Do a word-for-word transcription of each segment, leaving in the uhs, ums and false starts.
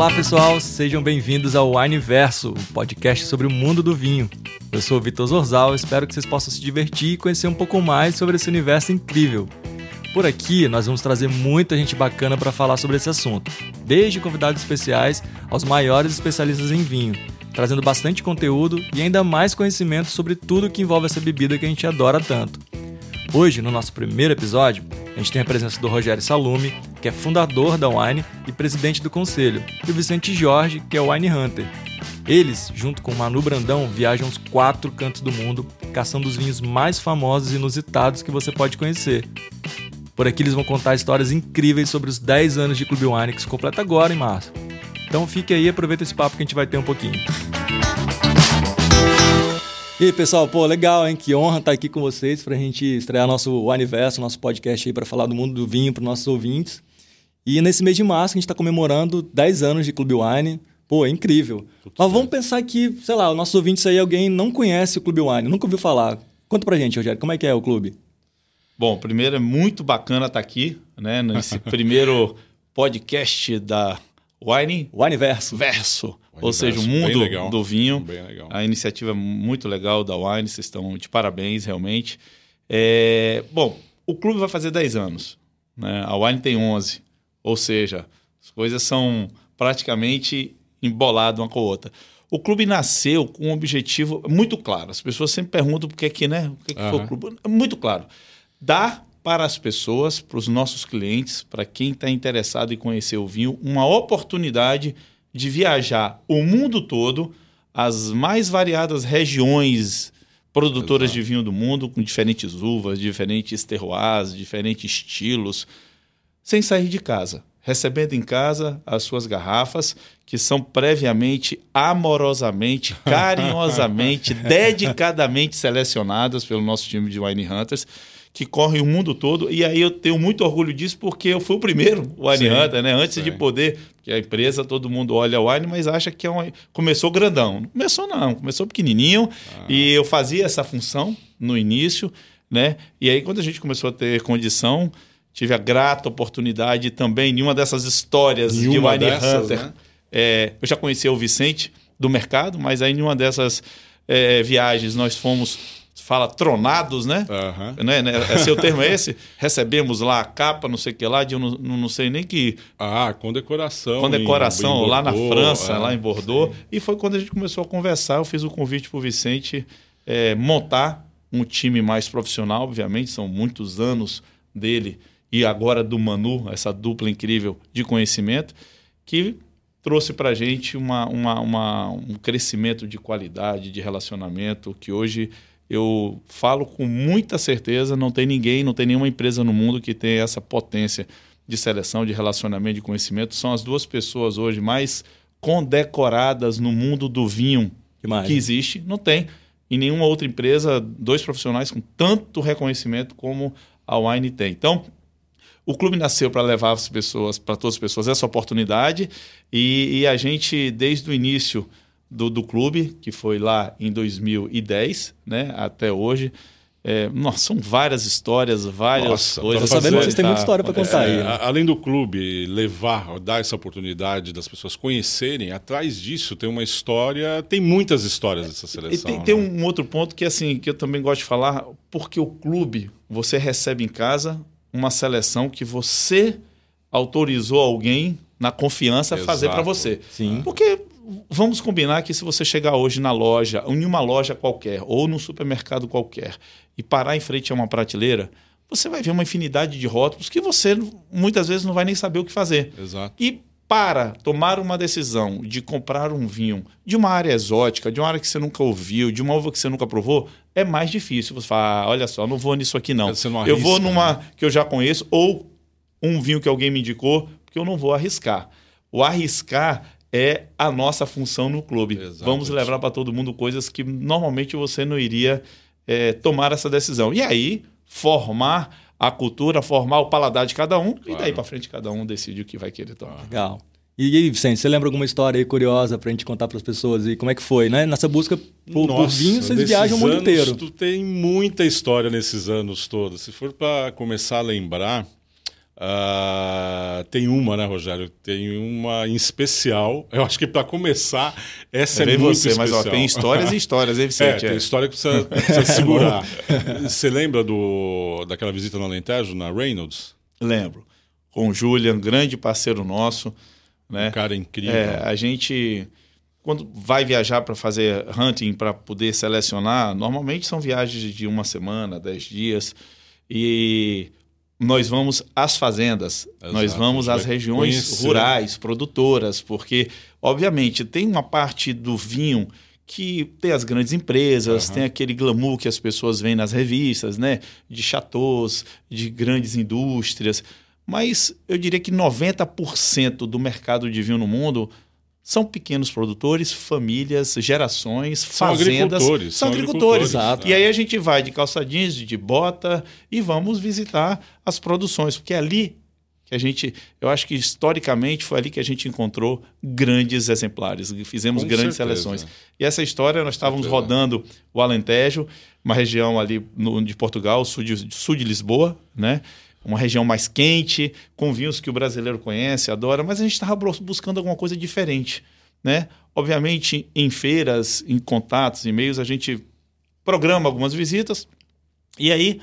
Olá pessoal, sejam bem-vindos ao Wineverso, um podcast sobre o mundo do vinho. Eu sou o Vitor Zorzal, espero que vocês possam se divertir e conhecer um pouco mais sobre esse universo incrível. Por aqui nós vamos trazer muita gente bacana para falar sobre esse assunto, desde convidados especiais aos maiores especialistas em vinho, trazendo bastante conteúdo e ainda mais conhecimento sobre tudo que envolve essa bebida que a gente adora tanto. Hoje, no nosso primeiro episódio, a gente tem a presença do Rogério Salume, que é fundador da Wine e presidente do conselho, e o Vicente Jorge, que é o Wine Hunter. Eles, junto com o Manu Brandão, viajam os quatro cantos do mundo, caçando os vinhos mais famosos e inusitados que você pode conhecer. Por aqui eles vão contar histórias incríveis sobre os dez anos de Clube Wine, que se completa agora em março. Então fique aí e aproveita esse papo que a gente vai ter um pouquinho. E aí, pessoal, pô, legal, hein? Que honra estar aqui com vocês para a gente estrear nosso Wineverso, nosso podcast aí para falar do mundo do vinho para os nossos ouvintes. E nesse mês de março a gente está comemorando dez anos de Clube Wine. Pô, é incrível. Tudo Mas vamos pensar que, sei lá, os nossos ouvintes aí, alguém não conhece o Clube Wine, nunca ouviu falar. Conta pra gente, Rogério, como é que é o clube? Bom, primeiro é muito bacana estar aqui, né? Nesse primeiro podcast da Wine... Wineverso. Verso. Ou seja, o mundo do vinho. Bem legal. A iniciativa é muito legal da Wine, vocês estão de parabéns, realmente. É... Bom, o clube vai fazer dez anos, né? A Wine tem onze. Ou seja, as coisas são praticamente emboladas uma com a outra. O clube nasceu com um objetivo muito claro. As pessoas sempre perguntam por que aqui, né? O que, que uhum. foi o clube? É muito claro. Dar para as pessoas, para os nossos clientes, para quem está interessado em conhecer o vinho, uma oportunidade de viajar o mundo todo, as mais variadas regiões produtoras Exato. De vinho do mundo, com diferentes uvas, diferentes terroirs, diferentes estilos, sem sair de casa, recebendo em casa as suas garrafas, que são previamente, amorosamente, carinhosamente, dedicadamente selecionadas pelo nosso time de Wine Hunters, que correm o mundo todo. E aí eu tenho muito orgulho disso, porque eu fui o primeiro Wine sim, Hunter, né? Antes sim. de poder, porque a empresa, todo mundo olha o Wine, mas acha que é um... começou grandão. Não começou não, começou pequenininho. Ah. E eu fazia essa função no início, né? E aí quando a gente começou a ter condição, tive a grata oportunidade também, em uma dessas histórias de Wine dessas, Hunter, né? é, eu já conhecia o Vicente do mercado, mas aí em uma dessas é, viagens nós fomos... fala tronados, né? Uhum. né? É seu termo é esse? Recebemos lá a capa, não sei o que lá, de eu não, não sei nem que... Ah, condecoração. Condecoração em, lá em na França, é, lá em Bordeaux. sim. E foi quando a gente começou a conversar, eu fiz o convite para o Vicente é, montar um time mais profissional, obviamente, são muitos anos dele e agora do Manu, essa dupla incrível de conhecimento, que trouxe para a gente uma, uma, uma, um crescimento de qualidade, de relacionamento, que hoje... eu falo com muita certeza, não tem ninguém, não tem nenhuma empresa no mundo que tenha essa potência de seleção, de relacionamento, de conhecimento. São as duas pessoas hoje mais condecoradas no mundo do vinho que, que existe. Não tem em nenhuma outra empresa dois profissionais com tanto reconhecimento como a Wine tem. Então, o clube nasceu para levar as pessoas, para todas as pessoas, essa oportunidade e, e a gente, desde o início... Do, do clube, que foi lá em dois mil e dez, né, até hoje. É, nossa, são várias histórias, várias nossa, coisas. Estou sabendo que vocês têm muita história para contar é, aí. Né? Além do clube levar, dar essa oportunidade das pessoas conhecerem, atrás disso tem uma história, tem muitas histórias dessa seleção. E tem, né? tem um outro ponto que, assim, que eu também gosto de falar, porque o clube, você recebe em casa uma seleção que você autorizou alguém na confiança a fazer para você. Sim. Porque... vamos combinar que se você chegar hoje na loja, em uma loja qualquer, ou num supermercado qualquer, e parar em frente a uma prateleira, você vai ver uma infinidade de rótulos que você muitas vezes não vai nem saber o que fazer. Exato. E para tomar uma decisão de comprar um vinho de uma área exótica, de uma área que você nunca ouviu, de uma uva que você nunca provou, é mais difícil. Você fala, ah, olha só, não vou nisso aqui não. Você não arrisca, eu vou numa né? que eu já conheço, ou um vinho que alguém me indicou, porque eu não vou arriscar. O arriscar... é a nossa função no clube. Exato. Vamos levar para todo mundo coisas que normalmente você não iria é, tomar essa decisão. E aí, formar a cultura, formar o paladar de cada um, claro. E daí para frente cada um decide o que vai querer tomar. Legal. E aí, Vicente, você lembra alguma história aí curiosa para a gente contar para as pessoas? E como é que foi, né? Nessa busca por, Nossa, por vinho, vocês viajam o mundo anos, inteiro. Tu tem muita história nesses anos todos. Se for para começar a lembrar... Uh, tem uma, né, Rogério? Tem uma em especial. Eu acho que para começar, essa é, é muito você, especial. Mas ó, tem histórias e histórias, hein, Vicente? É, tem história que precisa, precisa segurar. Você lembra do, daquela visita no Alentejo, na Reynolds? Lembro. Com o Julian, grande parceiro nosso. Né? Um cara incrível. É, a gente, quando vai viajar para fazer hunting, para poder selecionar, normalmente são viagens de uma semana, dez dias. E... nós vamos às fazendas, Exato. nós vamos às regiões conhecer. rurais, produtoras, porque, obviamente, tem uma parte do vinho que tem as grandes empresas, uhum. tem aquele glamour que as pessoas veem nas revistas, né? De chateaus, de grandes indústrias, mas eu diria que noventa por cento do mercado de vinho no mundo são pequenos produtores, famílias, gerações, são fazendas. Agricultores, são, são agricultores. agricultores. E aí a gente vai de calça jeans, de bota e vamos visitar as produções, porque é ali que a gente, eu acho que historicamente foi ali que a gente encontrou grandes exemplares, fizemos Com grandes certeza. seleções. E essa história, nós estávamos certeza. rodando o Alentejo, uma região ali no, de Portugal, sul de, sul de Lisboa, né? Uma região mais quente, com vinhos que o brasileiro conhece, adora, mas a gente estava buscando alguma coisa diferente, né? Obviamente, em feiras, em contatos, e-mails, a gente programa algumas visitas e aí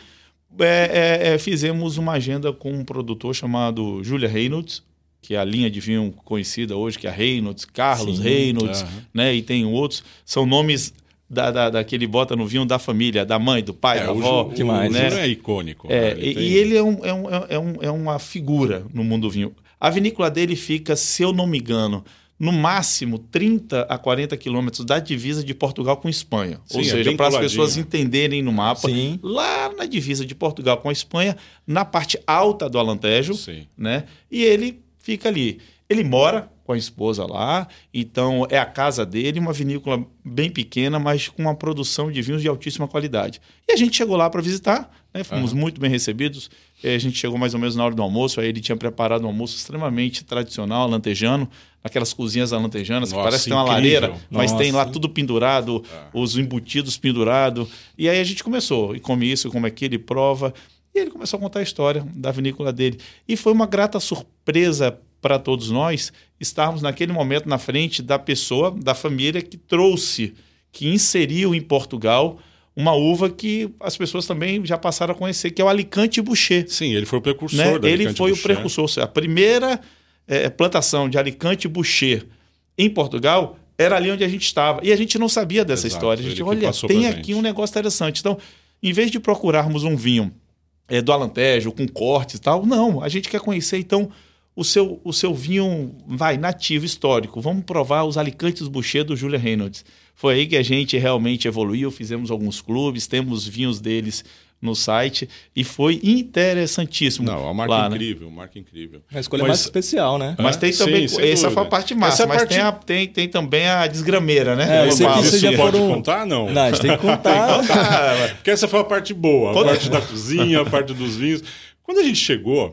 é, é, é, fizemos uma agenda com um produtor chamado Julia Reynolds, que é a linha de vinho conhecida hoje, que é a Reynolds, Carlos Sim, Reynolds, uhum. né? E tem outros, são nomes... Da, da, daquele bota no vinho da família, da mãe, do pai, é, da avó. O, demais, né? O Júlio é icônico. É, né? ele e, tem... e ele é, um, é, um, é, um, é uma figura no mundo do vinho. A vinícola dele fica, se eu não me engano, no máximo trinta a quarenta quilômetros da divisa de Portugal com Espanha. Sim, Ou seja, é para as pessoas entenderem no mapa, Sim. lá na divisa de Portugal com a Espanha, na parte alta do Alentejo, Sim. né? E ele fica ali. Ele mora com a esposa lá, então é a casa dele, uma vinícola bem pequena, mas com uma produção de vinhos de altíssima qualidade. E a gente chegou lá para visitar, né? Fomos uhum. muito bem recebidos, a gente chegou mais ou menos na hora do almoço, aí ele tinha preparado um almoço extremamente tradicional, alentejano, aquelas cozinhas alantejanas, Nossa, que parece que tem uma lareira, mas Nossa. tem lá tudo pendurado, é. os embutidos pendurados. E aí a gente começou, e come isso, come aquilo, e prova. E ele começou a contar a história da vinícola dele. E foi uma grata surpresa para todos nós estarmos naquele momento na frente da pessoa, da família que trouxe, que inseriu em Portugal uma uva que as pessoas também já passaram a conhecer, que é o Alicante Bouschet. Sim, ele foi o precursor né? da Ele Alicante foi Bouschet. o precursor. A primeira é, plantação de Alicante Bouschet em Portugal era ali onde a gente estava. E a gente não sabia dessa Exato, história. A gente, olha, tem aqui um negócio interessante. Então, em vez de procurarmos um vinho é, do Alentejo, com cortes e tal, não, a gente quer conhecer, então... O seu, o seu vinho vai nativo, histórico. Vamos provar os Alicantes Bouschet do Julia Reynolds. Foi aí que a gente realmente evoluiu, fizemos alguns clubes, temos vinhos deles no site e foi interessantíssimo. Não, é uma marca lá, incrível, né? uma marca incrível. A escolha mas, mais especial, né? Mas é? tem também, Sim, essa foi a parte massa, é mas parte... tem, a, tem, tem também a desgrameira, né? É, eu sei que você já pode foram... contar, não? Não, a gente tem que contar. tem que contar. Porque essa foi a parte boa, a Pode... parte da cozinha, a parte dos vinhos. Quando a gente chegou...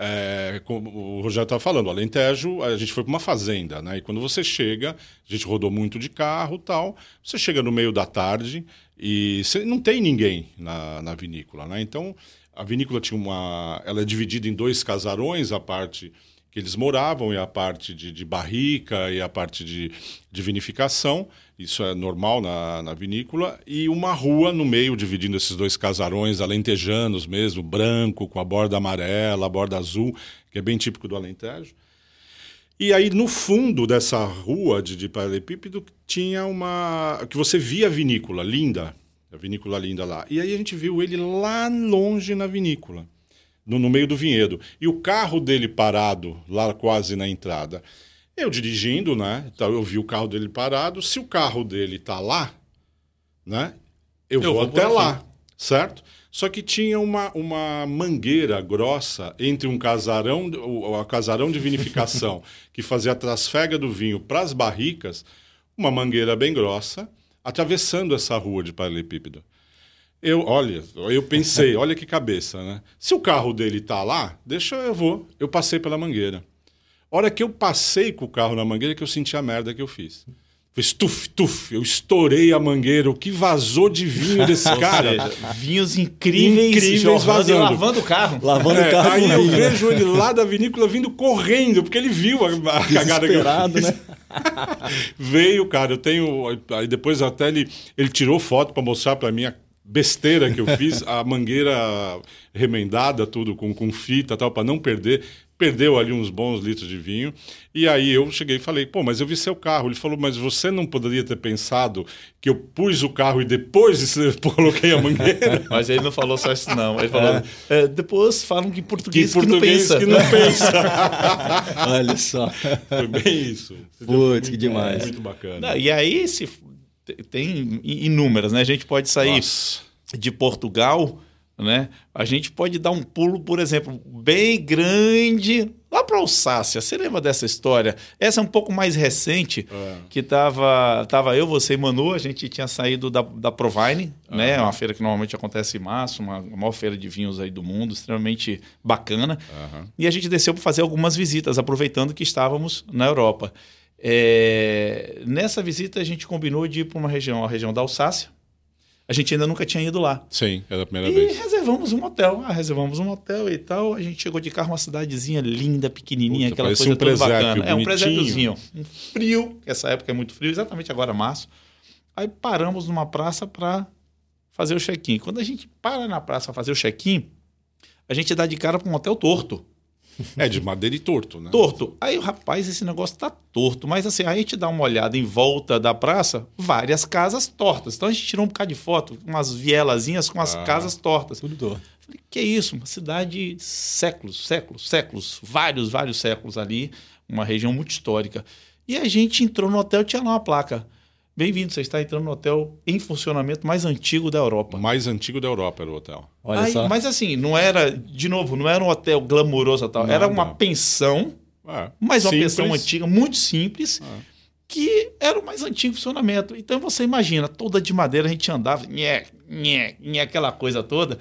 É, como o Rogério estava falando, o Alentejo, a gente foi para uma fazenda, né? E quando você chega, a gente rodou muito de carro e tal, você chega no meio da tarde e você, não tem ninguém na, na vinícola, né? Então, a vinícola tinha uma... Ela é dividida em dois casarões, a parte que eles moravam e a parte de, de barrica e a parte de, de vinificação. Isso é normal na, na vinícola. E uma rua no meio, dividindo esses dois casarões alentejanos mesmo, branco, com a borda amarela, a borda azul, que é bem típico do Alentejo. E aí, no fundo dessa rua de, de paralelepípedo, tinha uma... que você via a vinícola linda, a vinícola linda lá. E aí a gente viu ele lá longe na vinícola, no, no meio do vinhedo. E o carro dele parado, lá quase na entrada. Eu dirigindo, né? Então eu vi o carro dele parado. Se o carro dele tá lá, né? Eu, eu vou, vou até lá, certo? Só que tinha uma, uma mangueira grossa entre um casarão, o, o casarão de vinificação que fazia a trasfega do vinho para as barricas, uma mangueira bem grossa, atravessando essa rua de paralelepípedo. Eu, olha, eu pensei, olha que cabeça, né? Se o carro dele tá lá, deixa eu vou. Eu passei pela mangueira. A hora que eu passei com o carro na mangueira que eu senti a merda que eu fiz. Fez tuf, tuf. Eu estourei a mangueira. O que vazou de vinho desse cara? Seja, vinhos incríveis, incríveis vazando. lavando o carro. Lavando É, o carro. aí com eu vinho. vejo ele lá da vinícola vindo correndo, porque ele viu a, a cagada que eu Desesperado, fiz. né? Veio, cara, eu tenho... Aí depois até ele, ele tirou foto para mostrar para mim a besteira que eu fiz, a mangueira remendada, tudo com, com fita e tal, para não perder. Perdeu ali uns bons litros de vinho. E aí eu cheguei e falei, pô, mas eu vi seu carro. Ele falou, mas você não poderia ter pensado que eu pus o carro e depois coloquei a mangueira? Mas ele não falou só isso, não. Ele falou, é. É, depois falam que português que, que, português não pensa. que não pensa. Olha só. Foi bem isso. Putz, que demais. Muito bacana. Não, e aí se, tem inúmeras, né? A gente pode sair Nossa. de Portugal, né? A gente pode dar um pulo, por exemplo, bem grande lá para Alsácia. Você lembra dessa história? Essa é um pouco mais recente, É. que tava, tava eu, você e Manu, a gente tinha saído da, da Provine, Uhum. né? Uma feira que normalmente acontece em março, uma, a maior feira de vinhos aí do mundo, extremamente bacana. Uhum. E a gente desceu para fazer algumas visitas, aproveitando que estávamos na Europa. É, nessa visita a gente combinou de ir para uma região, a região da Alsácia. A gente ainda nunca tinha ido lá. Sim, era a primeira E vez. reservamos um hotel. Ah, reservamos um hotel e tal. A gente chegou de carro, uma cidadezinha linda, pequenininha, Puta, aquela parece coisa um toda presépio bacana. É um bonitinho. presépiozinho. Um frio, essa época é muito frio, exatamente agora, março. Aí paramos numa praça para fazer o check-in. Quando a gente para na praça para fazer o check-in, a gente dá de cara para um hotel torto. É, de madeira e torto, né? Torto. Aí, rapaz, esse negócio tá torto. Mas assim, aí a gente dá uma olhada em volta da praça, várias casas tortas. Então a gente tirou um bocado de foto, umas vielazinhas com as Ah. casas tortas. Tudo torto. Falei, que isso? Uma cidade de séculos, séculos, séculos. Vários, vários séculos ali. Uma região muito histórica. E a gente entrou no hotel, tinha lá uma placa. Bem-vindo, você está entrando no hotel em funcionamento mais antigo da Europa. O mais antigo da Europa era o hotel. Olha Aí, só. mas assim, não era, de novo, não era um hotel glamouroso e tal. Nada. Era uma pensão, É, mas uma simples. pensão antiga, muito simples, Ah. que era o mais antigo funcionamento. Então você imagina, toda de madeira a gente andava, nhé, nhé, nhé, aquela coisa toda.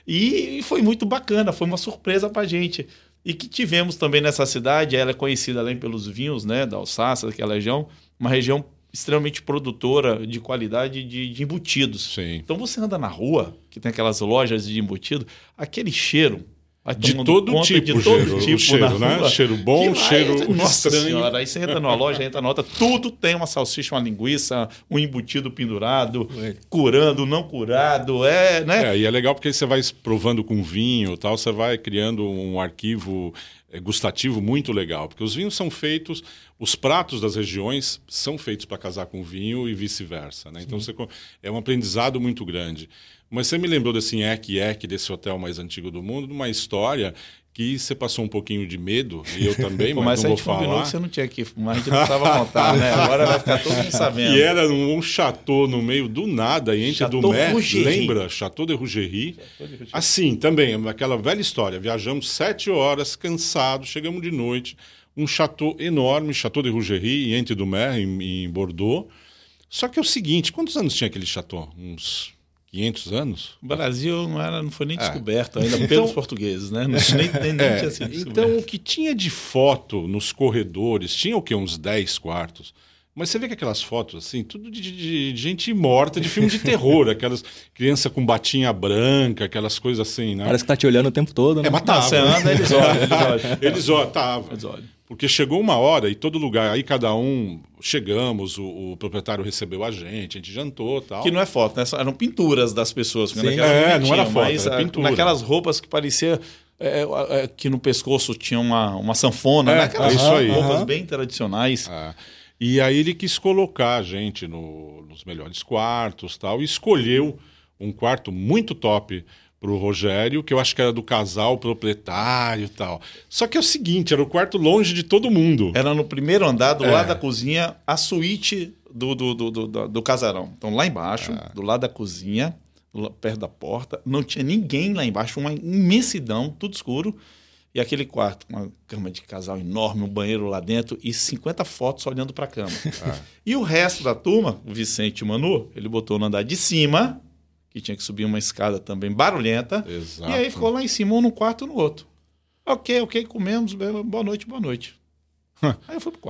E foi muito bacana, foi uma surpresa pra gente. E que tivemos também nessa cidade, ela é conhecida além pelos vinhos, né, da Alsácia, daquela região, uma região extremamente produtora de qualidade de, de embutidos. Sim. Então você anda na rua, que tem aquelas lojas de embutido, aquele cheiro vai De tomando todo conta tipo, de todo cheiro, tipo o cheiro, na né? rua. Cheiro bom, Que lá cheiro é- Nossa estranho. senhora, aí você entra numa loja, entra na outra, tudo tem uma salsicha, uma linguiça, um embutido pendurado, Ué. curando, não curado, é, né? É, e é legal porque aí você vai provando com vinho e tal, você vai criando um arquivo é, gustativo muito legal. Porque os vinhos são feitos, os pratos das regiões são feitos para casar com vinho e vice-versa, né? Então você, co- é um aprendizado muito grande. Mas você me lembrou desse nheque-nheque, desse hotel mais antigo do mundo, de uma história que você passou um pouquinho de medo, e eu também, Pô, mas mas a não vou gente combinou falar. que você não tinha que mas a gente não precisava contar, né? Agora vai ficar todo mundo sabendo. E era um chateau no meio do nada, entre Chateau do Mer, Rougerie. lembra? Chateau de Rougerie. Assim, também, aquela velha história. Viajamos sete horas, cansados, chegamos de noite. Um chateau enorme, Chateau de Rougerie, entre do Mer, em, em Bordeaux. Só que é o seguinte, quantos anos tinha aquele chateau? Uns quinhentos anos? O Brasil não, era, não foi nem É. descoberto ainda Então- pelos portugueses, né? Não, nem, nem, nem É, tinha sido descoberto. então, o que tinha de foto nos corredores, tinha o quê? Uns dez quartos. Mas você vê que aquelas fotos, assim, tudo de, de- de gente morta, de filme de terror. Aquelas crianças com batinha branca, aquelas coisas assim, né? Parece que tá te olhando o tempo todo, né? É, mas tava. Não, você anda, eles olham, eles olham. Eles olham, tava. Eles olham. Porque chegou uma hora e todo lugar, aí cada um, chegamos, o, o proprietário recebeu a gente, a gente jantou e tal. Que não é foto, né? Só eram pinturas das pessoas. porque Sim. naquelas É, não tinha, era foto, mas, era ah, pintura. naquelas roupas que parecia é, é, é, que no pescoço tinha uma, uma sanfona, É, né? Aquelas é isso aí. roupas Aham. bem tradicionais. Ah, e aí ele quis colocar a gente no- nos melhores quartos tal, e escolheu um quarto muito top pro Rogério, que eu acho que era do casal proprietário e tal. Só que é o seguinte, era o quarto longe de todo mundo. Era no primeiro andar, do É. lado da cozinha, a suíte do, do, do, do, do- do casarão. Então, lá embaixo, É. do lado da cozinha, lá perto da porta, não tinha ninguém lá embaixo, uma imensidão, tudo escuro. E aquele quarto, uma cama de casal enorme, um banheiro lá dentro e cinquenta fotos olhando para a cama. E o resto da turma, o Vicente e o Manu, ele botou no andar de cima, que tinha que subir uma escada também barulhenta. Exato. E aí ficou lá em cima, um no quarto e no outro. Ok, ok, comemos, boa noite, boa noite. Aí eu fui pro quarto.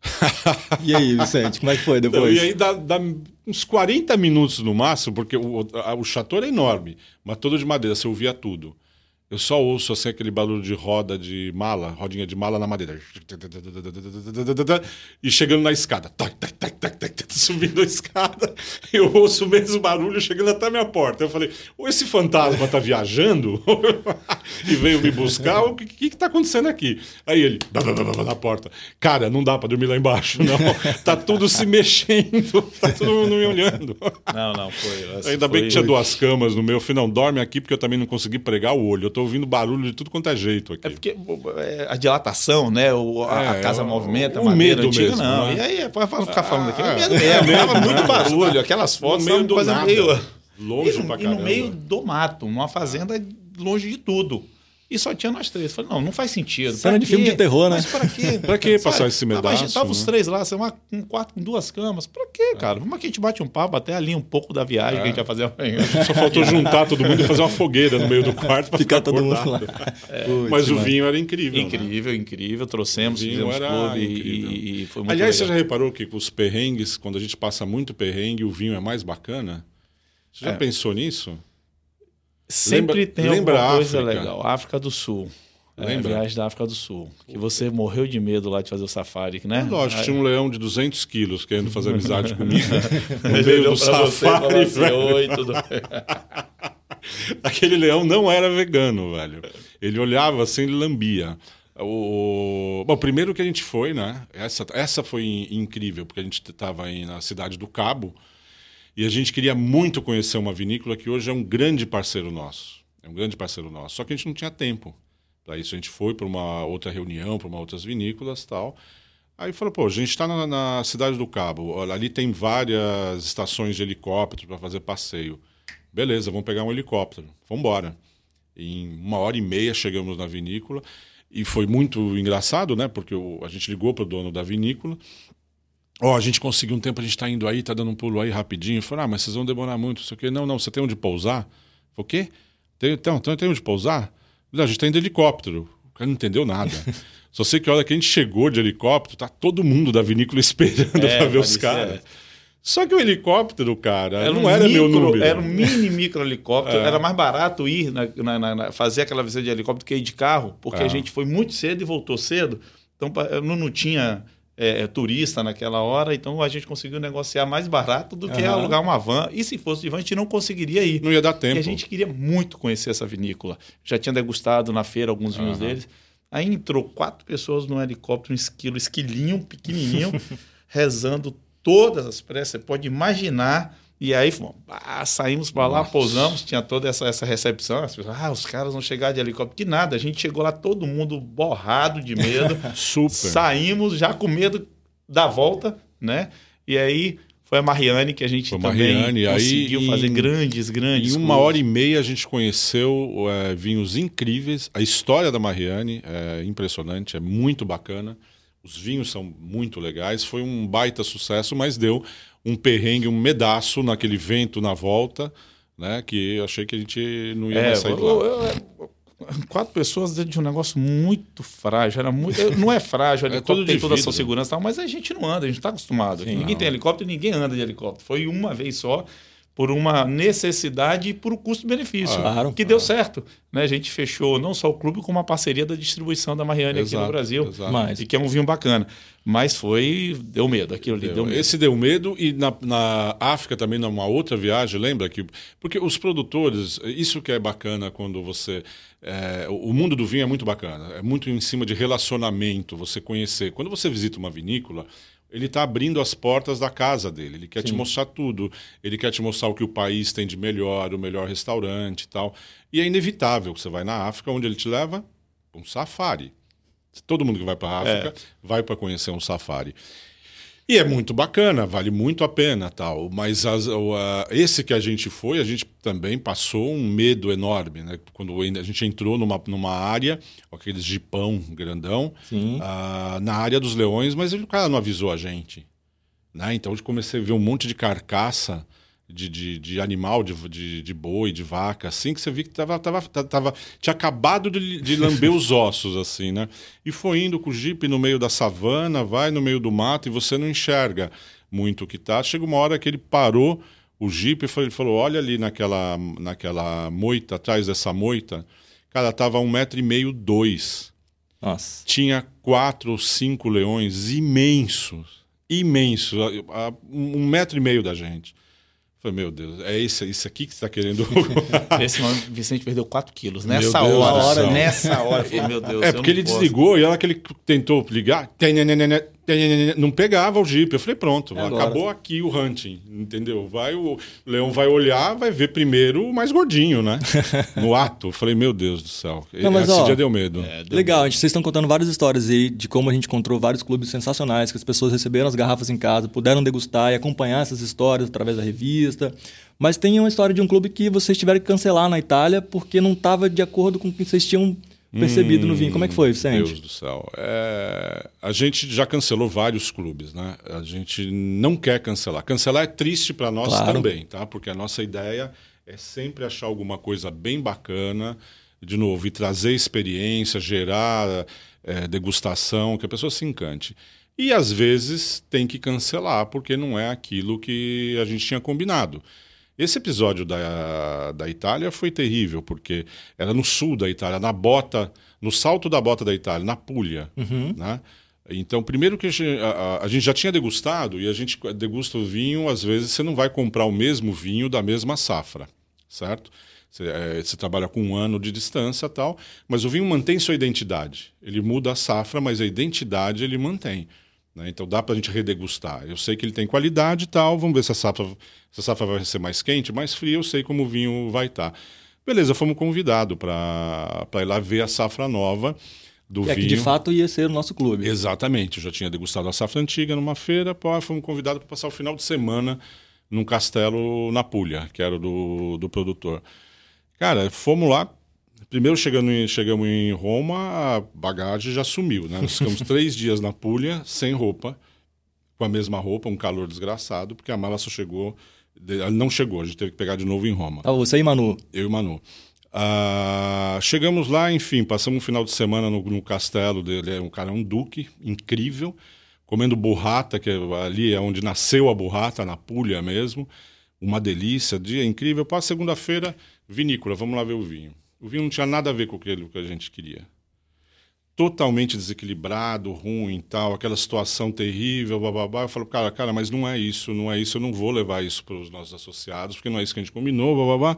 E aí, Vicente, como é que foi depois? Então, e aí dá, dá uns quarenta minutos no máximo, porque o, a, o chateau era enorme, mas todo de madeira, você ouvia tudo. Eu só ouço assim aquele barulho de roda de mala, rodinha de mala na madeira. E chegando na escada. Tac, tac, tac, tac, tac, subindo a escada. Eu ouço o mesmo barulho chegando até a minha porta. Eu falei, ou esse fantasma tá viajando e veio me buscar, ou o que, que que tá acontecendo aqui? Aí ele, na porta. Cara, não dá pra dormir lá embaixo, não. Tá tudo se mexendo, tá todo mundo me olhando. Não, não, foi. Ainda foi... bem que tinha duas camas no meu. Eu falei, não, dorme aqui porque eu também não consegui pregar o olho. Eu tô ouvindo barulho de tudo quanto é jeito aqui. É porque é, a dilatação, né? O, a, é, a casa movimenta, o a madeira medo antiga, mesmo, não. né? E aí, para ficar falando aqui, Ah, é medo mesmo. é, Tava muito né? barulho, aquelas fotos, meio uma do coisa nada. meio... Longe e, no, pra e caramba. no meio do mato, numa fazenda longe de tudo. E só tinha nós três. Falei, não, não faz sentido. Cena de filme de terror, né? Mas pra quê? Pra que passar Sabe? esse Tava, medaço, tava os né? três lá, uma, um quarto com duas camas. Pra quê, cara? Vamos aqui, a gente bate um papo até ali um pouco da viagem É. que a gente vai fazer amanhã. Só faltou juntar todo mundo e fazer uma fogueira no meio do quarto pra Ficar ficar todo mundo acordado. lá. É. Putz, Mas o mano. vinho era incrível. né? Incrível, incrível. Trouxemos, O vinho fizemos era clube incrível. e, e foi muito Aliás, legal. você já reparou que os perrengues, quando a gente passa muito perrengue, o vinho é mais bacana? Você já É. pensou nisso? Sempre Lembra- tem lembra alguma a coisa África? legal. África do Sul. É, Lembra? viagem da África do Sul. Que você morreu de medo lá de fazer o safari, né? É lógico, Aí- tinha um leão de duzentos quilos querendo fazer amizade comigo. No Ele meio olhou do pra você e falou safari, assim, velho. "Oi, tudo bem?" Aquele leão não era vegano, velho. Ele olhava assim, ele lambia. O... Bom, primeiro que a gente foi, né? Essa, essa foi in- incrível, porque a gente estava aí na cidade do Cabo e a gente queria muito conhecer uma vinícola que hoje é um grande parceiro nosso. É um grande parceiro nosso. Só que a gente não tinha tempo para isso. A gente foi para uma outra reunião, para uma outras vinícolas e tal. Aí falou, pô, a gente está na, na cidade do Cabo. Olha, ali tem várias estações de helicóptero para fazer passeio. Beleza, vamos pegar um helicóptero. Vamos embora. Em uma hora e meia chegamos na vinícola. E foi muito engraçado, né? Porque o, a gente ligou para o dono da vinícola. Ó, a gente conseguiu um tempo, a gente está indo aí, está dando um pulo aí rapidinho. Falei, ah, mas vocês vão demorar muito, não sei o quê. Não, não, você tem onde pousar? Falei, o quê? Tem, tem, tem, tem onde pousar? Não, a gente está indo de helicóptero. O cara não entendeu nada. Só sei que a hora que a gente chegou de helicóptero, tá todo mundo da vinícola esperando É, para ver os parecia, caras. é. Só que o helicóptero, cara, Era não um era meu micro- número. Era um mini micro helicóptero. É. Era mais barato ir na, na- na- na- fazer aquela visita de helicóptero que ir de carro, porque É. a gente foi muito cedo e voltou cedo. Então pa- não, não tinha é, turista naquela hora, então a gente conseguiu negociar mais barato do que Aham. alugar uma van. E se fosse de van, a gente não conseguiria ir. Não ia dar E tempo. a gente queria muito conhecer essa vinícola. Já tinha degustado na feira alguns vinhos Aham. deles. Aí entrou quatro pessoas num helicóptero, um esquilo, esquilinho, pequenininho, rezando todas as preces. Você pode imaginar. E aí fomos, ah, saímos para lá, Nossa. pousamos, tinha toda essa, essa recepção. As pessoas, ah, os caras vão chegar de helicóptero. Que nada, a gente chegou lá todo mundo borrado de medo. Super. Saímos já com medo da volta, né? E aí foi a Mariane que a gente Foi a também Mariane, aí conseguiu em- fazer grandes, grandes Em uma clubes. hora e meia a gente conheceu é, vinhos incríveis. A história da Mariane é impressionante, é muito bacana. Os vinhos são muito legais. Foi um baita sucesso, mas deu um perrengue, um medaço naquele vento na volta, né? Que eu achei que a gente não ia É, mais sair de eu- lá. eu- eu- quatro pessoas dentro de um negócio muito frágil. Era muito, eu- não é frágil, o É helicóptero tudo tem de toda a sua vidro. segurança, e tal, mas a gente não anda, a gente está acostumado. Ninguém não. tem helicóptero e ninguém anda de helicóptero. Foi uma vez só, por uma necessidade e por um custo-benefício, Claro. que deu certo. Né? A gente fechou não só o clube, como a parceria da distribuição da Mariane aqui Exato, no Brasil. exato. Mas- E que é um vinho bacana. Mas foi... Deu medo, aquilo ali deu, Deu. medo. Esse deu medo e na, na África também, numa outra viagem, lembra que... Porque os produtores, isso que é bacana quando você... é, o mundo do vinho é muito bacana, é muito em cima de relacionamento, você conhecer. Quando você visita uma vinícola, ele está abrindo as portas da casa dele, ele quer Sim. te mostrar tudo, ele quer te mostrar o que o país tem de melhor, o melhor restaurante e tal. E é inevitável que você vai na África, onde ele te leva um safari. Todo mundo que vai para a África vai para conhecer um safari. E é muito bacana, vale muito a pena, tal. Mas as, o, a, esse que a gente foi, a gente também passou um medo enorme, né? Quando a gente entrou numa, numa área, aqueles jipão grandão, Sim. ah, na área dos leões, mas ele, o cara não avisou a gente, né? Então eu comecei a ver um monte de carcaça de, de, de animal, de, de, de boi, de vaca, assim, que você viu que tava, tava, tava, tinha acabado de, de lamber os ossos, assim, né? E foi indo com o Jeep no meio da savana, vai no meio do mato e você não enxerga muito o que tá. Chega uma hora que ele parou o Jeep e ele falou, olha ali naquela, naquela moita, atrás dessa moita, cara, tava um metro e meio, dois. Nossa. Tinha quatro ou cinco leões imensos, imensos, um metro e meio da gente. Falei, meu Deus, é isso, isso aqui que você está querendo. Esse mano, Vicente perdeu quatro quilos. Nessa Deus hora, nessa hora. Falei, meu Deus, é porque ele posso. Desligou e a hora que ele tentou ligar, não pegava o Jeep. Eu falei, pronto, é acabou aqui o hunting, entendeu? Vai, o leão vai olhar, vai ver primeiro o mais gordinho, né? No ato. Eu falei, meu Deus do céu. Não, mas, Esse ó, dia deu medo. É, deu legal, medo. Vocês estão contando várias histórias aí de como a gente encontrou vários clubes sensacionais, que as pessoas receberam as garrafas em casa, puderam degustar e acompanhar essas histórias através da revista. Mas tem uma história de um clube que vocês tiveram que cancelar na Itália porque não estava de acordo com o que vocês tinham percebido hum, no vinho. Como é que foi, Vicente? Meu Deus do céu. É... A gente já cancelou vários clubes, né? A gente não quer cancelar. Cancelar é triste para nós claro. também, tá? Porque a nossa ideia é sempre achar alguma coisa bem bacana, de novo, e trazer experiência, gerar é, degustação, que a pessoa se encante. E às vezes tem que cancelar porque não é aquilo que a gente tinha combinado. Esse episódio da, da Itália foi terrível, porque era no sul da Itália, na bota, no salto da bota da Itália, na Puglia. Uhum. Né? Então, primeiro que a gente, a, a gente já tinha degustado, e a gente degusta o vinho, às vezes você não vai comprar o mesmo vinho da mesma safra, certo? Você, é, você trabalha com um ano de distância e tal, mas o vinho mantém sua identidade. Ele muda a safra, mas a identidade ele mantém. Né? Então dá para a gente redegustar. Eu sei que ele tem qualidade e tal, vamos ver se a safra, se a safra vai ser mais quente, mais fria, eu sei como o vinho vai estar. Beleza, fomos convidados para ir lá ver a safra nova do é vinho. Que de fato ia ser o nosso clube. Exatamente, eu já tinha degustado a safra antiga numa feira, pô, fomos convidados para passar o final de semana num castelo na Puglia, que era do, do produtor. Cara, fomos lá. Primeiro, chegando em, chegamos em Roma, a bagagem já sumiu, né? Nós ficamos três dias na Puglia, sem roupa, com a mesma roupa, um calor desgraçado, porque a mala só chegou... Ela não chegou, a gente teve que pegar de novo em Roma. Ah, você e Manu? Eu e Manu. Ah, chegamos lá, enfim, passamos um final de semana no, no castelo dele. É um cara, um duque incrível, comendo burrata, que ali é onde nasceu a burrata, na Puglia mesmo. Uma delícia, dia incrível. Para segunda-feira, vinícola, vamos lá ver o vinho. O vinho não tinha nada a ver com aquilo que a gente queria. Totalmente desequilibrado, ruim e tal, aquela situação terrível, bababá. Eu falo, cara, cara, mas não é isso, não é isso, eu não vou levar isso para os nossos associados, porque não é isso que a gente combinou, bababá.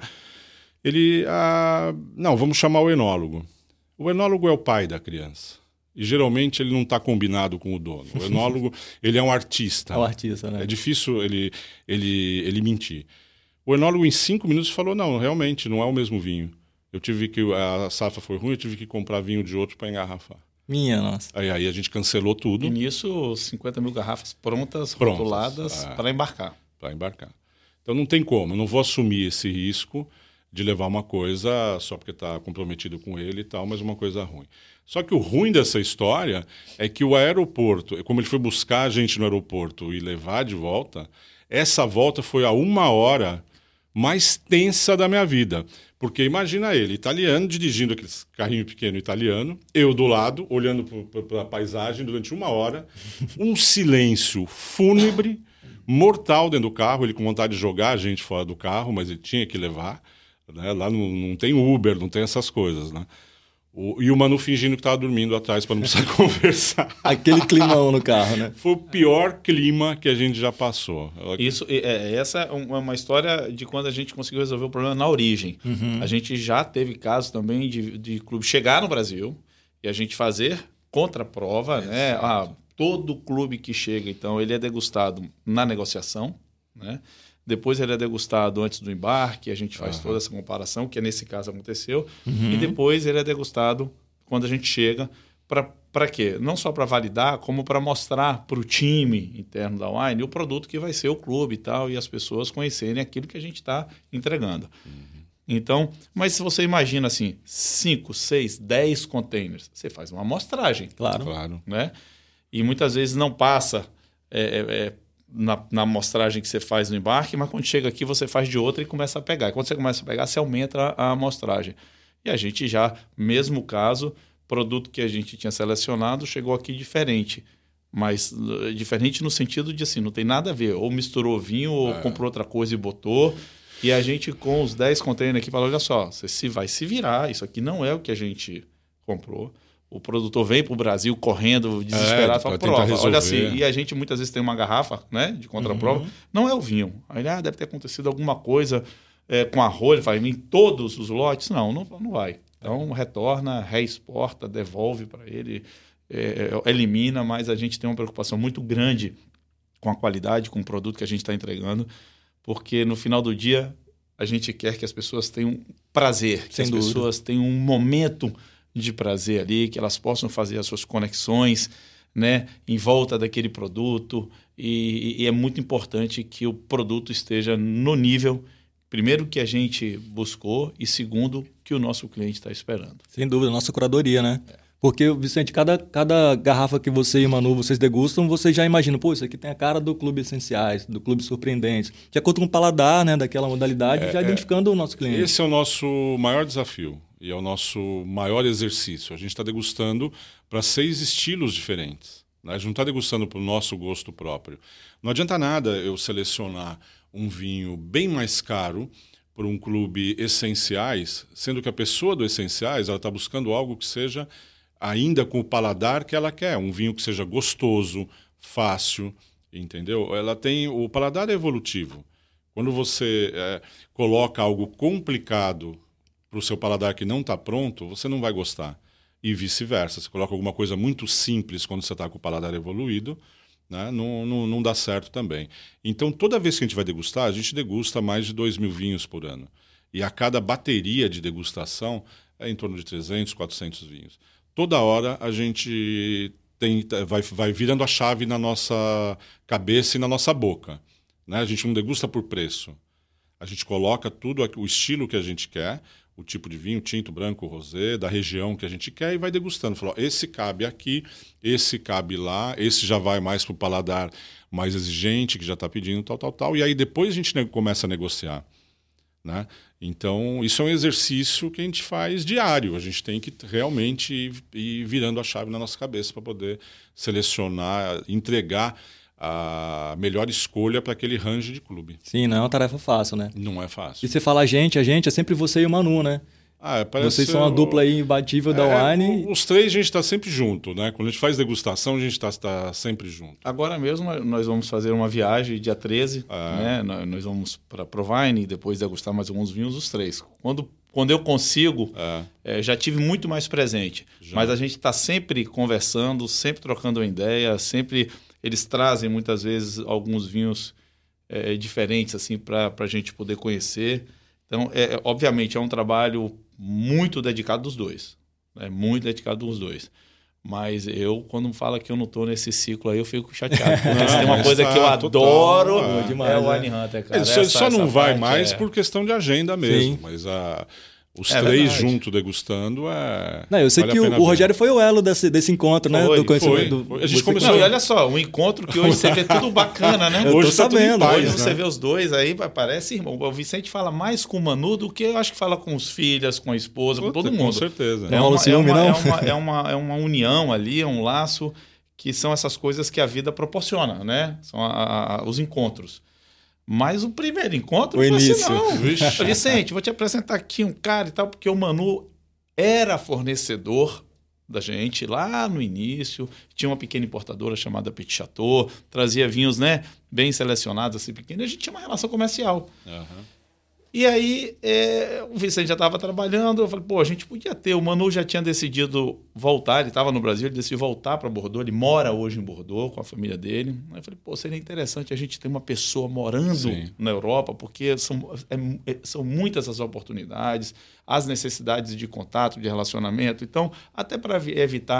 Ele, ah, não, vamos chamar o enólogo. O enólogo é o pai da criança. E geralmente ele não está combinado com o dono. O enólogo, ele é um artista. É um artista, né? É difícil ele, ele, ele mentir. O enólogo, em cinco minutos, falou, não, realmente, não é o mesmo vinho. Eu tive que, a safra foi ruim, eu tive que comprar vinho de outro para engarrafar. Minha nossa. Aí, aí a gente cancelou tudo. E nisso, cinquenta mil garrafas prontas, prontas rotuladas é, para embarcar. Para embarcar. Então não tem como, eu não vou assumir esse risco de levar uma coisa só porque está comprometido com ele e tal, mas uma coisa ruim. Só que o ruim dessa história é que o aeroporto, como ele foi buscar a gente no aeroporto e levar de volta, essa volta foi a uma hora mais tensa da minha vida. Porque imagina ele, italiano, dirigindo aquele carrinho pequeno italiano, eu do lado, olhando para a paisagem durante uma hora, um silêncio fúnebre, mortal dentro do carro, ele com vontade de jogar a gente fora do carro, mas ele tinha que levar. Né? Lá não, não tem Uber, não tem essas coisas, né? O, e o Manu fingindo que estava dormindo atrás para não precisar conversar. Aquele climão no carro, né? Foi o pior clima que a gente já passou. Isso, é, essa é uma história de quando a gente conseguiu resolver o problema na origem. Uhum. A gente já teve casos também de, de clube chegar no Brasil e a gente fazer contraprova, é, né? Ah, todo clube que chega, então, ele é degustado na negociação, né? Depois ele é degustado antes do embarque, a gente faz uhum. toda essa comparação, que nesse caso aconteceu. Uhum. E depois ele é degustado quando a gente chega. Para quê? Não só para validar, como para mostrar para o time interno da Wine o produto que vai ser o clube e tal, e as pessoas conhecerem aquilo que a gente está entregando. Uhum. Então, mas se você imagina assim, cinco, seis, dez containers, você faz uma amostragem. Claro. claro. Né? E muitas vezes não passa... É, é, na, na amostragem que você faz no embarque, mas quando chega aqui você faz de outra e começa a pegar. E quando você começa a pegar, você aumenta a, a amostragem. E a gente já, mesmo caso, produto que a gente tinha selecionado chegou aqui diferente. Mas uh, diferente no sentido de assim, não tem nada a ver. Ou misturou vinho, ou é. comprou outra coisa e botou. E a gente, com os dez containers aqui, fala, olha só, você se vai se virar, isso aqui não é o que a gente comprou. O produtor vem para o Brasil correndo, desesperado, é, fala, prova, resolver. Olha assim. E a gente muitas vezes tem uma garrafa, né, de contraprova, uhum. não é o vinho. Aí ele, ah, deve ter acontecido alguma coisa é, com a rolha, vai em todos os lotes. Não, não, não vai. Então, retorna, reexporta, devolve para ele, é, elimina, mas a gente tem uma preocupação muito grande com a qualidade, com o produto que a gente está entregando, porque no final do dia a gente quer que as pessoas tenham prazer, que Sem as dúvida. pessoas tenham um momento de prazer ali, que elas possam fazer as suas conexões, né, em volta daquele produto. E, e é muito importante que o produto esteja no nível, primeiro, que a gente buscou e, segundo, que o nosso cliente está esperando. Sem dúvida, nossa curadoria, né? É. Porque, Vicente, cada, cada garrafa que você e Manu, vocês degustam, você já imagina, pô, isso aqui tem a cara do Clube Essenciais, do Clube Surpreendentes. De acordo com o paladar, né, daquela modalidade, é, já identificando é, o nosso cliente. Esse é o nosso maior desafio e é o nosso maior exercício. A gente está degustando para seis estilos diferentes. Né? A gente não está degustando para o nosso gosto próprio. Não adianta nada eu selecionar um vinho bem mais caro por um Clube Essenciais, sendo que a pessoa do Essenciais ela está buscando algo que seja ainda com o paladar que ela quer, um vinho que seja gostoso, fácil, entendeu? Ela tem o paladar é evolutivo. Quando você é, coloca algo complicado para o seu paladar que não está pronto, você não vai gostar. E vice-versa. Você coloca alguma coisa muito simples quando você está com o paladar evoluído, né? não, não, não dá certo também. Então, toda vez que a gente vai degustar, a gente degusta mais de dois mil vinhos por ano. E a cada bateria de degustação é em torno de trezentos, quatrocentos vinhos. Toda hora a gente tem, vai, vai virando a chave na nossa cabeça e na nossa boca. Né? A gente não degusta por preço. A gente coloca tudo, o estilo que a gente quer, o tipo de vinho, tinto, branco, rosé, da região que a gente quer e vai degustando. Fala, ó, esse cabe aqui, esse cabe lá, esse já vai mais para o paladar mais exigente, que já está pedindo tal, tal, tal. E aí depois a gente começa a negociar. Né? Então, isso é um exercício que a gente faz diário. A gente tem que realmente ir, ir virando a chave na nossa cabeça para poder selecionar, entregar a melhor escolha para aquele range de clube. Sim, não é uma tarefa fácil, né? Não é fácil. E você fala a gente, a gente, é sempre você e o Manu, né? Ah, é, parece Vocês são uma dupla aí imbatível é, da Wine. Os três a gente está sempre junto, né? Quando a gente faz degustação, a gente está tá sempre junto. Agora mesmo nós vamos fazer uma viagem dia treze, é. né? Nós vamos para Provine e depois degustar mais alguns vinhos, os três. Quando, quando eu consigo, é. É, já tive muito mais presente. Já. Mas a gente está sempre conversando, sempre trocando uma ideia, sempre eles trazem muitas vezes alguns vinhos é, diferentes assim para a gente poder conhecer. Então, é, obviamente, é um trabalho muito dedicado dos dois. É muito dedicado dos dois. Mas eu, quando falo que eu não estou nesse ciclo aí, eu fico chateado. Porque não, se tem uma coisa tá, que eu adoro, total, é, demais, é o Wine Hunter, cara. Ele só, essa, só não vai mais é... por questão de agenda mesmo. Sim. Mas a... Os é três juntos degustando é. Não, eu sei vale que o, o Rogério foi o elo desse, desse encontro, foi, né? Do conhecimento. Foi. Do, a gente começou. Não, e olha só, um encontro que hoje você vê tudo bacana, né? Eu hoje tô tá sabendo. Paz, hoje né? Você vê os dois aí, parece irmão. O Vicente fala mais com o Manu do que eu acho que fala com os filhos, com a esposa, Puta, com todo mundo. Com certeza. É uma, ciúme, é, uma, não? É, uma, é, uma, é uma união ali, é um laço, que são essas coisas que a vida proporciona, né? São a, a, os encontros. Mas o primeiro encontro o foi início. Assim, não. Vixe. Vicente, vou te apresentar aqui um cara e tal, porque o Manu era fornecedor da gente lá no início. Tinha uma pequena importadora chamada Petit Chateau, trazia vinhos, né, bem selecionados, assim, pequenos. A gente tinha uma relação comercial. Uhum. E aí, é, o Vicente já estava trabalhando, eu falei, pô, a gente podia ter, o Manu já tinha decidido voltar, ele estava no Brasil, ele decidiu voltar para Bordeaux, ele mora hoje em Bordeaux com a família dele. Aí eu falei, pô, seria interessante a gente ter uma pessoa morando Sim. na Europa, porque são, é, são muitas as oportunidades, as necessidades de contato, de relacionamento. Então, até para evitar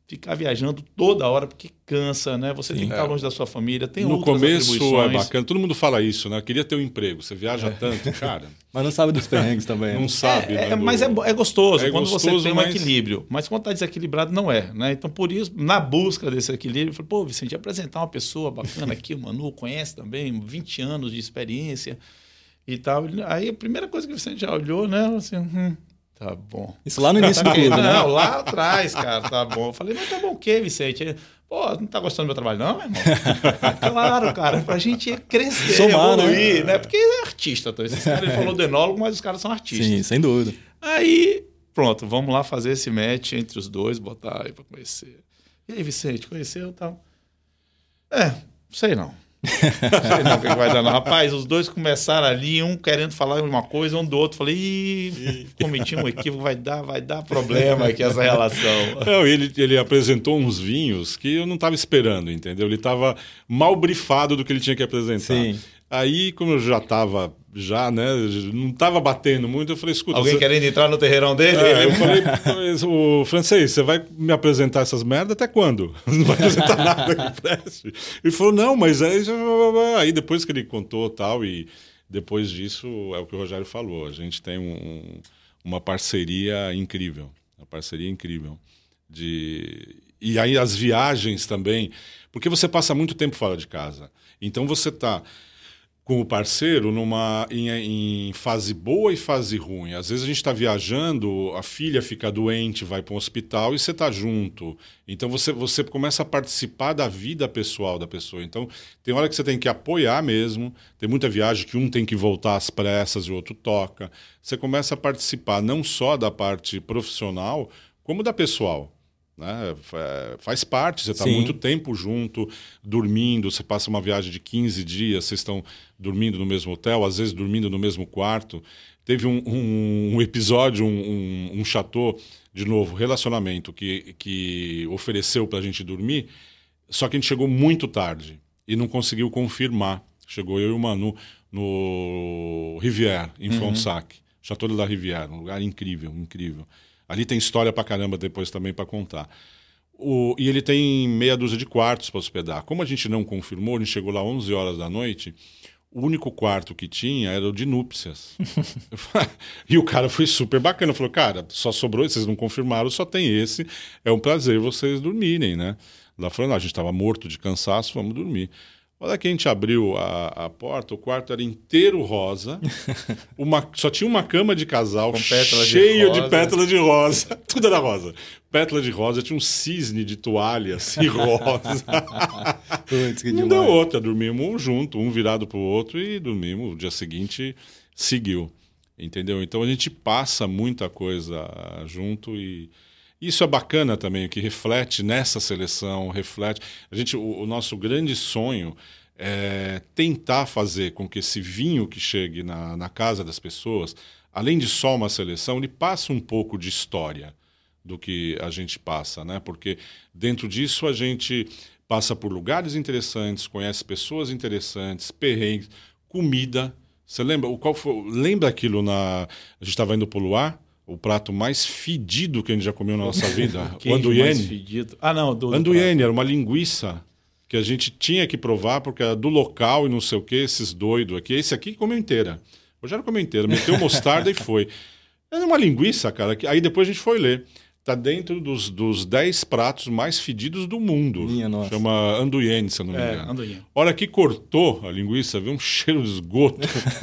ficar viajando toda hora, porque cansa, né? Você Sim, tem que estar é. longe da sua família, tem No outras começo é bacana, todo mundo fala isso, né? Queria ter um emprego, você viaja é. tanto, cara. Mas não sabe dos perrengues também. Não né? sabe, é, né? É, mas é, é gostoso é quando gostoso, você tem um mas... equilíbrio. Mas quando está desequilibrado, não é, né? Então, por isso, na busca desse equilíbrio, eu falei, pô, Vicente, apresentar uma pessoa bacana aqui, o Manu conhece também, vinte anos de experiência e tal. Aí a primeira coisa que o Vicente já olhou, né? Assim, hum, tá bom. Isso lá no início do clube, né? Não, lá atrás, cara, tá bom. Eu falei, mas tá bom o quê, Vicente? Pô, não tá gostando do meu trabalho, não, meu irmão? Claro, cara, pra gente crescer, Somar, evoluir, né? né? Porque é artista. Então, esse cara, ele falou do enólogo, mas os caras são artistas. Sim, sem dúvida. Aí, pronto, vamos lá fazer esse match entre os dois, botar aí pra conhecer. E aí, Vicente, conheceu e tal? É, sei não. Sei não o que vai dar, não. Rapaz, os dois começaram ali, um querendo falar uma coisa, um do outro. Falei, ih, cometi um equívoco, vai dar, vai dar problema aqui essa relação. Não, ele, ele apresentou uns vinhos que eu não estava esperando, entendeu? Ele estava mal brifado do que ele tinha que apresentar. Sim. Aí, como eu já estava, já, né, não estava batendo muito, eu falei, escuta... Alguém você... querendo entrar no terreirão dele? É, eu falei, o francês, você vai me apresentar essas merdas até quando? Não vai apresentar nada que preste. Ele falou, não, mas aí... Aí depois que ele contou tal, e depois disso, é o que o Rogério falou, a gente tem um, uma parceria incrível, uma parceria incrível. De... E aí as viagens também, porque você passa muito tempo fora de casa, então você está... com o parceiro numa, em, em fase boa e fase ruim. Às vezes a gente está viajando, a filha fica doente, vai para um hospital e você está junto. Então você, você começa a participar da vida pessoal da pessoa. Então tem hora que você tem que apoiar mesmo. Tem muita viagem que um tem que voltar às pressas e o outro toca. Você começa a participar não só da parte profissional, como da pessoal. Né? Faz parte, você está muito tempo junto, dormindo, você passa uma viagem de quinze dias, vocês estão dormindo no mesmo hotel, às vezes dormindo no mesmo quarto. Teve um, um, um episódio, um, um, um chateau, de novo, relacionamento, que, que ofereceu para a gente dormir, só que a gente chegou muito tarde e não conseguiu confirmar. Chegou eu e o Manu no Rivière, em uhum. Fronsac, Chateau de la Rivière, um lugar incrível, incrível. Ali tem história pra caramba depois também para contar. O, e ele tem meia dúzia de quartos para hospedar. Como a gente não confirmou, a gente chegou lá onze horas da noite, o único quarto que tinha era o de núpcias. E o cara foi super bacana. Falou, cara, só sobrou, vocês não confirmaram, só tem esse. É um prazer vocês dormirem, né? Lá falando, a gente estava morto de cansaço, vamos dormir. A hora que a gente abriu a, a porta, o quarto era inteiro rosa, uma, só tinha uma cama de casal com pétala cheio de, de pétala de rosa, tudo era rosa. Pétala de rosa, tinha um cisne de toalha assim, rosa. Putz, que não deu outra, dormimos um junto, um virado pro outro e dormimos. O dia seguinte seguiu, entendeu? Então a gente passa muita coisa junto e... Isso é bacana também, que reflete nessa seleção, reflete... A gente, o, o nosso grande sonho é tentar fazer com que esse vinho que chegue na, na casa das pessoas, além de só uma seleção, ele passe um pouco de história do que a gente passa, né? Porque dentro disso a gente passa por lugares interessantes, conhece pessoas interessantes, perrengues, comida. Você lembra? O qual foi, lembra aquilo na... A gente estava indo para o Luar? O prato mais fedido que a gente já comeu na nossa vida. O andoyenne. Ah, não. Do, andoyenne era uma linguiça que a gente tinha que provar porque era do local e não sei o que, esses doidos aqui. Esse aqui comeu inteira. O Rogério comeu inteira. Meteu mostarda e foi. Era uma linguiça, cara. Que... Aí depois a gente foi ler. Tá dentro dos, dos dez pratos mais fedidos do mundo. Minha nossa. Chama andoyenne, se eu não me é, engano. Andoyenne. Hora que cortou a linguiça, veio um cheiro de esgoto.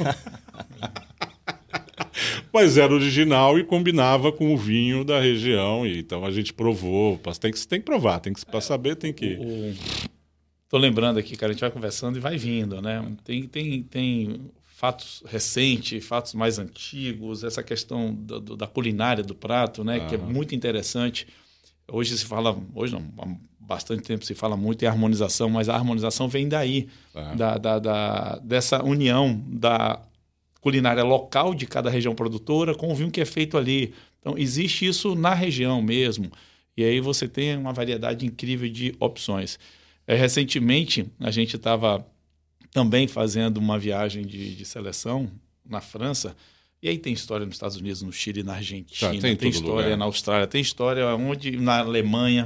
Mas era original e combinava com o vinho da região. E, então a gente provou. Tem que, tem que provar, tem que, para saber tem que... Estou lembrando aqui, cara, a gente vai conversando e vai vindo, né? Tem, tem, tem fatos recentes, fatos mais antigos, essa questão da, da culinária do prato, né? Ah. Que é muito interessante. Hoje se fala, hoje não, há bastante tempo se fala muito em harmonização, mas a harmonização vem daí, ah. da, da, da, dessa união da culinária local de cada região produtora com o vinho que é feito ali. Então, existe isso na região mesmo. E aí você tem uma variedade incrível de opções. É, recentemente, a gente estava também fazendo uma viagem de, de seleção na França. E aí tem história nos Estados Unidos, no Chile, na Argentina, tá, tem, tem história lugar. na Austrália, tem história onde, na Alemanha. Então,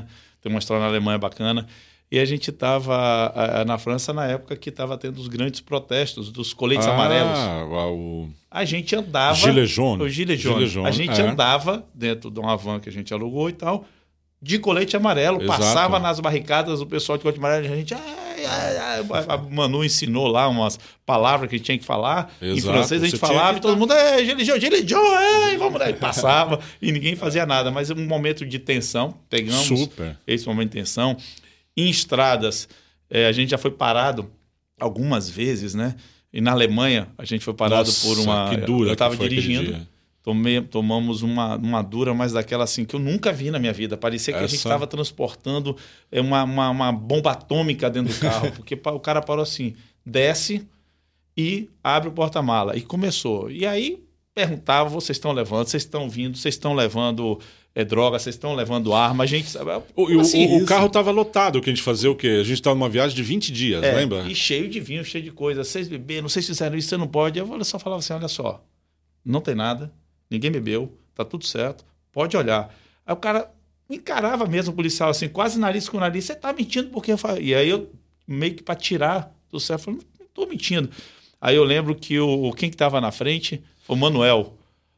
tem uma história na Alemanha bacana. E a gente estava na França na época que estava tendo os grandes protestos dos coletes ah, amarelos. O... A gente andava... Gilet jaune. O Gilet jaune. Gilet jaune. A gente é. andava dentro de uma van que a gente alugou e tal, de colete amarelo. Exato. Passava nas barricadas, o pessoal de colete amarelo, a gente... Ai, ai, ai, a Manu ensinou lá umas palavras que a gente tinha que falar. Exato. Em francês a gente Você falava que... e todo mundo... É, Gilet jaune, Gilet jaune, é, vamos lá. E passava e ninguém fazia nada. Mas um momento de tensão. Pegamos Super. Esse momento de tensão. Em estradas, é, a gente já foi parado algumas vezes, né? E na Alemanha, a gente foi parado Nossa, por uma... que dura eu estava que foi dirigindo, tomei, tomamos uma, uma dura, mas daquela assim, que eu nunca vi na minha vida. Parecia que Essa... a gente estava transportando uma, uma, uma bomba atômica dentro do carro, porque o cara parou assim, desce e abre o porta-mala. E começou. E aí, perguntava, vocês estão levando, vocês estão vindo, vocês estão levando... É droga, vocês estão levando arma, a gente... O, assim, o, o carro estava lotado, que a gente fazia o quê? A gente estava numa viagem de vinte dias, é, lembra? E cheio de vinho, cheio de coisa. Vocês beberam, vocês fizeram isso, você não pode. Eu só falava assim, olha só, não tem nada, ninguém bebeu, tá tudo certo, pode olhar. Aí o cara encarava mesmo o policial assim, quase nariz com nariz, você tá mentindo porque... Eu falei... E aí eu, meio que para tirar do céu, eu falei, não tô mentindo. Aí eu lembro que o, quem que estava na frente foi o Manuel.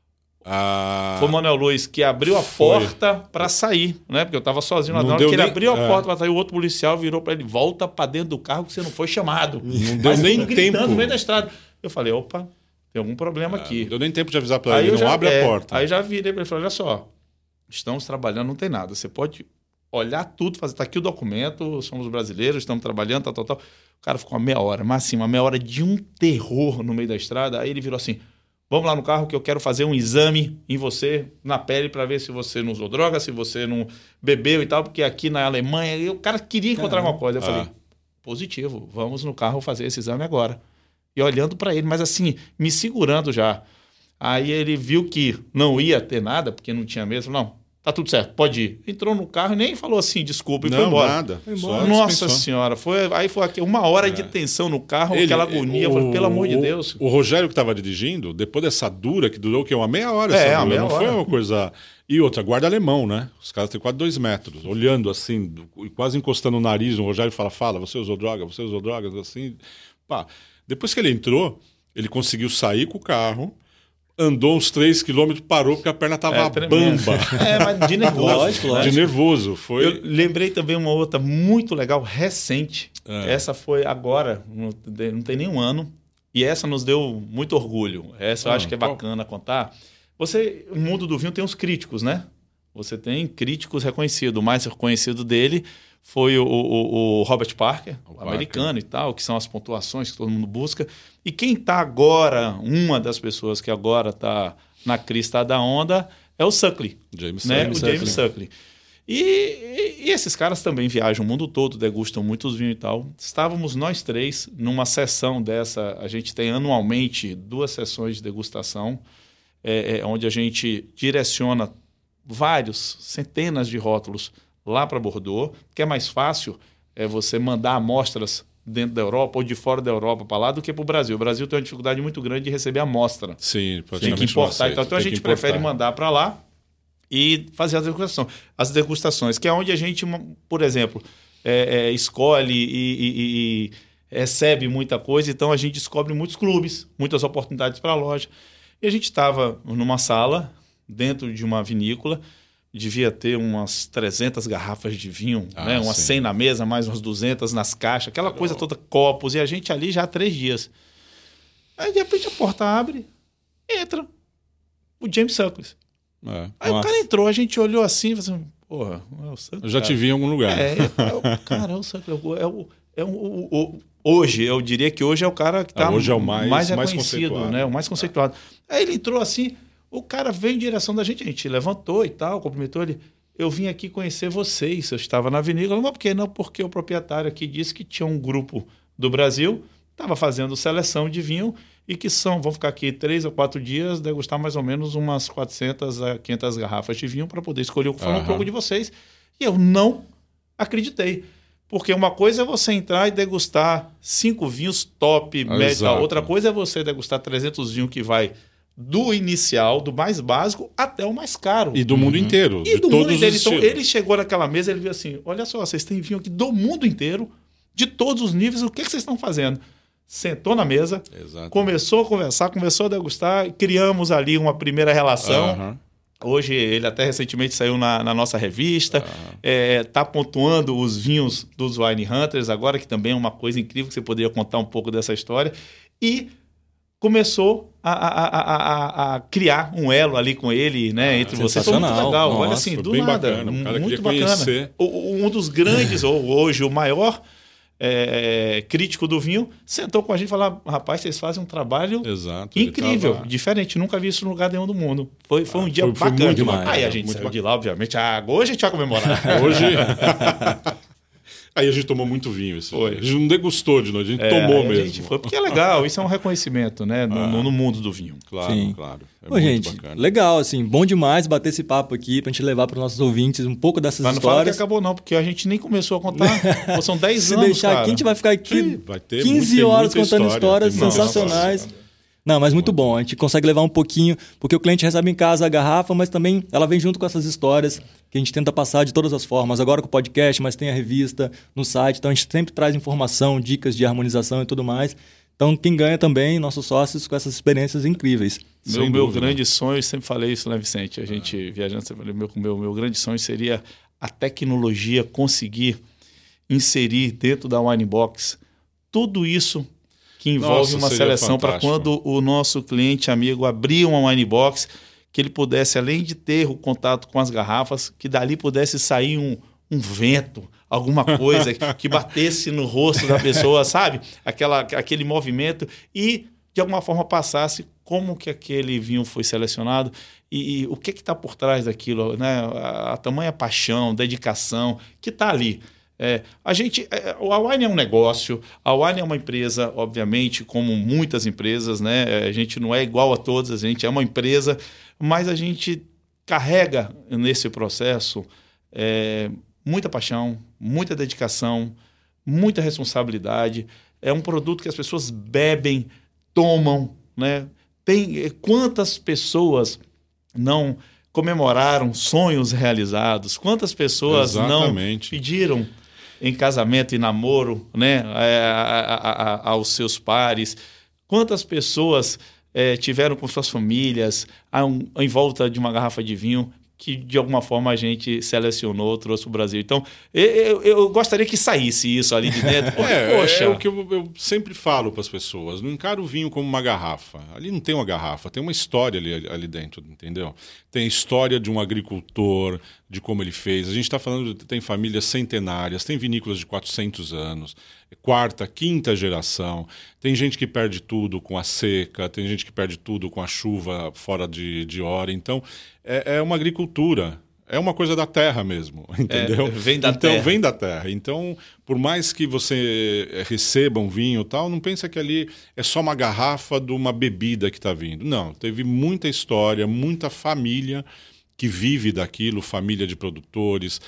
Ah, foi o Manuel Luiz que abriu a foi. porta para sair, né? Porque eu estava sozinho lá. Na hora que ele nem... abriu a é. porta para sair, o outro policial virou para ele: volta para dentro do carro que você não foi chamado. Não deu Mas nem tempo. No meio da estrada. Eu falei: opa, tem algum problema é, aqui. Não deu nem tempo de avisar para ele: não já, abre é, a porta. Aí já virei para ele e falei: olha só, estamos trabalhando, não tem nada. Você pode olhar tudo, fazer. Está aqui o documento, somos brasileiros, estamos trabalhando, tal, tal, tal. O cara ficou uma meia hora, mas assim, uma meia hora de um terror no meio da estrada. Aí ele virou assim: vamos lá no carro que eu quero fazer um exame em você, na pele, para ver se você não usou droga, se você não bebeu e tal, porque aqui na Alemanha e o cara queria encontrar Caramba. alguma coisa. Eu falei, ah. positivo, vamos no carro fazer esse exame agora. E olhando para ele, mas assim, me segurando já. Aí ele viu que não ia ter nada, porque não tinha mesmo. Não, tá tudo certo, pode ir. Entrou no carro e nem falou assim, desculpa, e não, foi embora. Nada. Foi embora. Nossa senhora, foi, aí foi aqui, uma hora é. de tensão no carro, ele, aquela agonia, o, falei, pelo amor de Deus. O, o Rogério que estava dirigindo, depois dessa dura, que durou o quê? Uma meia hora é, essa uma meia não hora. foi uma coisa... E outra, guarda alemão, né? Os caras têm quase dois metros, olhando assim, quase encostando o nariz, o Rogério fala, fala, você usou droga, você usou drogas, assim... Pá. Depois que ele entrou, ele conseguiu sair com o carro, andou uns três quilômetros, parou porque a perna estava é, bamba. É, mas de nervoso. Lógico, lógico. De nervoso. Foi... Eu lembrei também uma outra muito legal, recente. É. Essa foi agora, não tem nenhum ano. E essa nos deu muito orgulho. Essa eu ah, acho que é bacana qual? contar. Você, o mundo do vinho tem os críticos, né? Você tem críticos reconhecidos. O mais reconhecido dele foi o, o, o Robert Parker, o, o americano Parker. e tal, que são as pontuações que todo mundo busca. E quem está agora, uma das pessoas que agora está na crista da onda, é o Suckley. James né? Suckley. O James Suckley. E, e, e esses caras também viajam o mundo todo, degustam muitos vinhos e tal. Estávamos nós três numa sessão dessa. A gente tem anualmente duas sessões de degustação, é, é, onde a gente direciona vários, centenas de rótulos lá para Bordeaux, que é mais fácil é você mandar amostras dentro da Europa ou de fora da Europa para lá do que para o Brasil. O Brasil tem uma dificuldade muito grande de receber amostra. Sim, tem que importar. Então, então a gente prefere mandar para lá e fazer as degustações. As degustações, que é onde a gente, por exemplo, é, é, escolhe e, e, e recebe muita coisa. Então a gente descobre muitos clubes, muitas oportunidades para a loja. E a gente estava numa sala, dentro de uma vinícola, devia ter umas trezentas garrafas de vinho, ah, né? umas sim. cem na mesa, mais umas duzentas nas caixas, aquela coisa toda, copos, e a gente ali já há três dias. Aí, de repente, a porta abre, entra o James Suckley. É, Aí nossa. o cara entrou, a gente olhou assim, e falou assim, porra, é o Suckley. Eu já te vi em algum lugar. É, é, é o, cara, é o Suckley. É o, é o, o, o, hoje, eu diria que hoje é o cara que está ah, hoje é o mais, mais reconhecido, mais conceituado, né? O mais conceituado. Ah. Aí ele entrou assim, o cara veio em direção da gente, a gente levantou e tal, cumprimentou ele. Eu vim aqui conhecer vocês, eu estava na vinícola, mas por que não? Porque o proprietário aqui disse que tinha um grupo do Brasil, estava fazendo seleção de vinho e que são, vão ficar aqui três ou quatro dias, degustar mais ou menos umas quatrocentas a quinhentas garrafas de vinho para poder escolher o que for um pouco de vocês. E eu não acreditei. Porque uma coisa é você entrar e degustar cinco vinhos top, médio, outra coisa é você degustar trezentos vinhos que vai do inicial, do mais básico, até o mais caro. E do mundo uhum. inteiro. E de do todos mundo inteiro. os Então, estilos. ele chegou naquela mesa e ele viu assim, olha só, vocês têm vinho aqui do mundo inteiro, de todos os níveis, o que, que vocês estão fazendo? Sentou na mesa, Exato. começou a conversar, começou a degustar, criamos ali uma primeira relação. Uhum. Hoje, ele até recentemente saiu na, na nossa revista, está Uhum. é, tá pontuando os vinhos dos Wine Hunters agora, que também é uma coisa incrível, que você poderia contar um pouco dessa história. E começou a, a, a, a, a criar um elo ali com ele, né, Ah, entre vocês. Foi muito legal. Nossa, Olha assim, foi do bem nada. bacana, o cara muito queria bacana. conhecer. O, um dos grandes, ou hoje o maior é, crítico do vinho, sentou com a gente e falou, rapaz, vocês fazem um trabalho Exato. ele incrível, tava- diferente, nunca vi isso em lugar nenhum do mundo. Foi, foi um Ah, dia foi- foi bacana. muito demais. bacana, Aí a gente muito saiu bacana. de lá, obviamente. Ah, hoje a gente vai comemorar. Hoje. Aí a gente tomou muito vinho. Esse Foi. dia. A gente não degustou de noite, a gente É, tomou aí a mesmo. gente foi, porque é legal, isso é um reconhecimento, né, no, Ah. no- no mundo do vinho. Claro, Sim. claro. É Ô, muito gente, bacana. legal, assim, bom demais bater esse papo aqui pra gente levar para os nossos ouvintes um pouco dessas Mas não fala que histórias. acabou não, porque a gente nem começou a contar. Pô, são dez Se anos, deixar cara. aqui, a gente vai ficar aqui Sim, vai ter quinze muito- tem horas muita contando história, histórias tem muita sensacionais. história. Não, mas muito bom. A gente consegue levar um pouquinho, porque o cliente recebe em casa a garrafa, mas também ela vem junto com essas histórias que a gente tenta passar de todas as formas. Agora com o podcast, mas tem a revista no site. Então a gente sempre traz informação, dicas de harmonização e tudo mais. Então quem ganha também, nossos sócios, com essas experiências incríveis. Meu, Sem meu dúvida. grande sonho, eu sempre falei isso, né, Vicente? A gente viajando, sempre falei, meu, meu, meu grande sonho seria a tecnologia conseguir inserir dentro da Winebox tudo isso que envolve Nossa, uma seria seleção para fantástico. quando o nosso cliente amigo abrir uma Winebox, que ele pudesse, além de ter o contato com as garrafas, que dali pudesse sair um, um vento, alguma coisa que batesse no rosto da pessoa, sabe? Aquela, aquele movimento e, de alguma forma, passasse como que aquele vinho foi selecionado e, e o que está por trás daquilo, né? A, a tamanha paixão, dedicação que está ali. É, a gente, é, a Wine é um negócio, a Wine é uma empresa, obviamente, como muitas empresas, né? A gente não é igual a todas, a gente é uma empresa, mas a gente carrega nesse processo é, muita paixão, muita dedicação, muita responsabilidade. É um produto que as pessoas bebem, tomam, né? Tem quantas pessoas não comemoraram sonhos realizados? Quantas pessoas Exatamente. não pediram em casamento e namoro, né, a, a, a, aos seus pares? Quantas pessoas é, tiveram com suas famílias a um, em volta de uma garrafa de vinho que, de alguma forma, a gente selecionou, trouxe para o Brasil? Então, eu, eu gostaria que saísse isso ali de dentro. Porque, É, poxa, é o que eu, eu sempre falo para as pessoas. Não encara o vinho como uma garrafa. Ali não tem uma garrafa, tem uma história ali, ali dentro, entendeu? Tem a história de um agricultor, de como ele fez. A gente está falando, tem famílias centenárias, tem vinícolas de quatrocentos anos, quarta, quinta geração. Tem gente que perde tudo com a seca, tem gente que perde tudo com a chuva fora de, de hora. Então, é, é uma agricultura. É uma coisa da terra mesmo, entendeu? É, vem da então, terra. vem da terra. Então, por mais que você receba um vinho e tal, não pensa que ali é só uma garrafa de uma bebida que está vindo. Não, teve muita história, muita família que vive daquilo, família de produtores,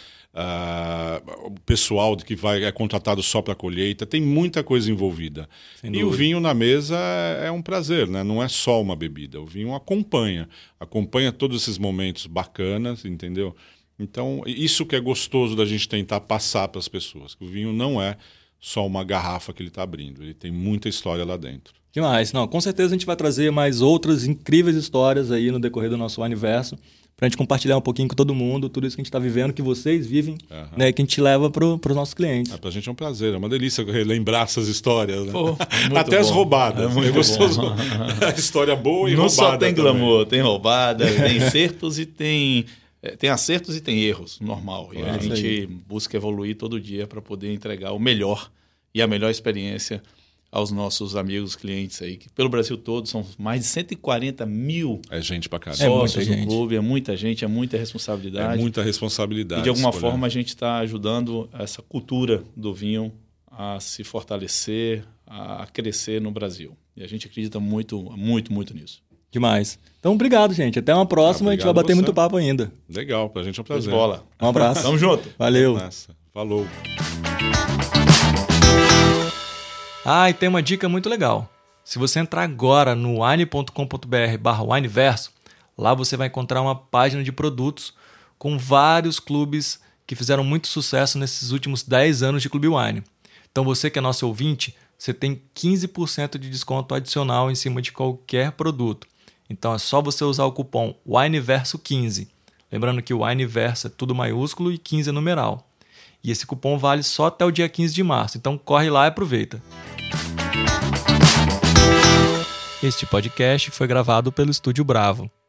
uh, o pessoal que vai, é contratado só para colheita, tem muita coisa envolvida. Sem E dúvida. o vinho na mesa é, é um prazer, né? Não é só uma bebida. O vinho acompanha, acompanha todos esses momentos bacanas, entendeu? Então, isso que é gostoso da gente tentar passar para as pessoas, que o vinho não é só uma garrafa que ele está abrindo, ele tem muita história lá dentro. Demais. Não, com certeza a gente vai trazer mais outras incríveis histórias aí no decorrer do nosso Universo, pra gente compartilhar um pouquinho com todo mundo, tudo isso que a gente está vivendo, que vocês vivem, Aham. né, que a gente leva para os nossos clientes. É, pra gente é um prazer, é uma delícia relembrar essas histórias, né? Pô, muito Até as bom. roubadas. É muito É gostoso. bom. A história boa e não roubada só tem também. glamour, tem roubada, tem acertos e tem, é, tem acertos e tem erros, normal. E Claro. a Isso gente busca evoluir todo dia para poder entregar o melhor e a melhor experiência aos nossos amigos, clientes aí, que pelo Brasil todo são mais de cento e quarenta mil É gente pra caramba. É muita sócios do gente. clube, é muita gente, é muita É responsabilidade. muita responsabilidade. E de alguma escolher. forma a gente está ajudando essa cultura do vinho a se fortalecer, a crescer no Brasil. E a gente acredita muito, muito, muito nisso. Demais. Então, obrigado, gente. Até uma próxima, Ah, a gente vai obrigado bater você. muito papo ainda. Legal, pra gente é um Show de prazer. bola. Um abraço. Tamo junto. Valeu. Nessa. Falou. Ah, e tem uma dica muito legal. Se você entrar agora no wine ponto com ponto b r barra wineverso, lá você vai encontrar uma página de produtos com vários clubes que fizeram muito sucesso nesses últimos dez anos de Clube Wine. Então você que é nosso ouvinte, você tem quinze por cento de desconto adicional em cima de qualquer produto. Então é só você usar o cupom wineverso quinze. Lembrando que o wineverso é tudo maiúsculo e quinze é numeral. E esse cupom vale só até o dia quinze de março, então corre lá e aproveita. Este podcast foi gravado pelo Estúdio Bravo.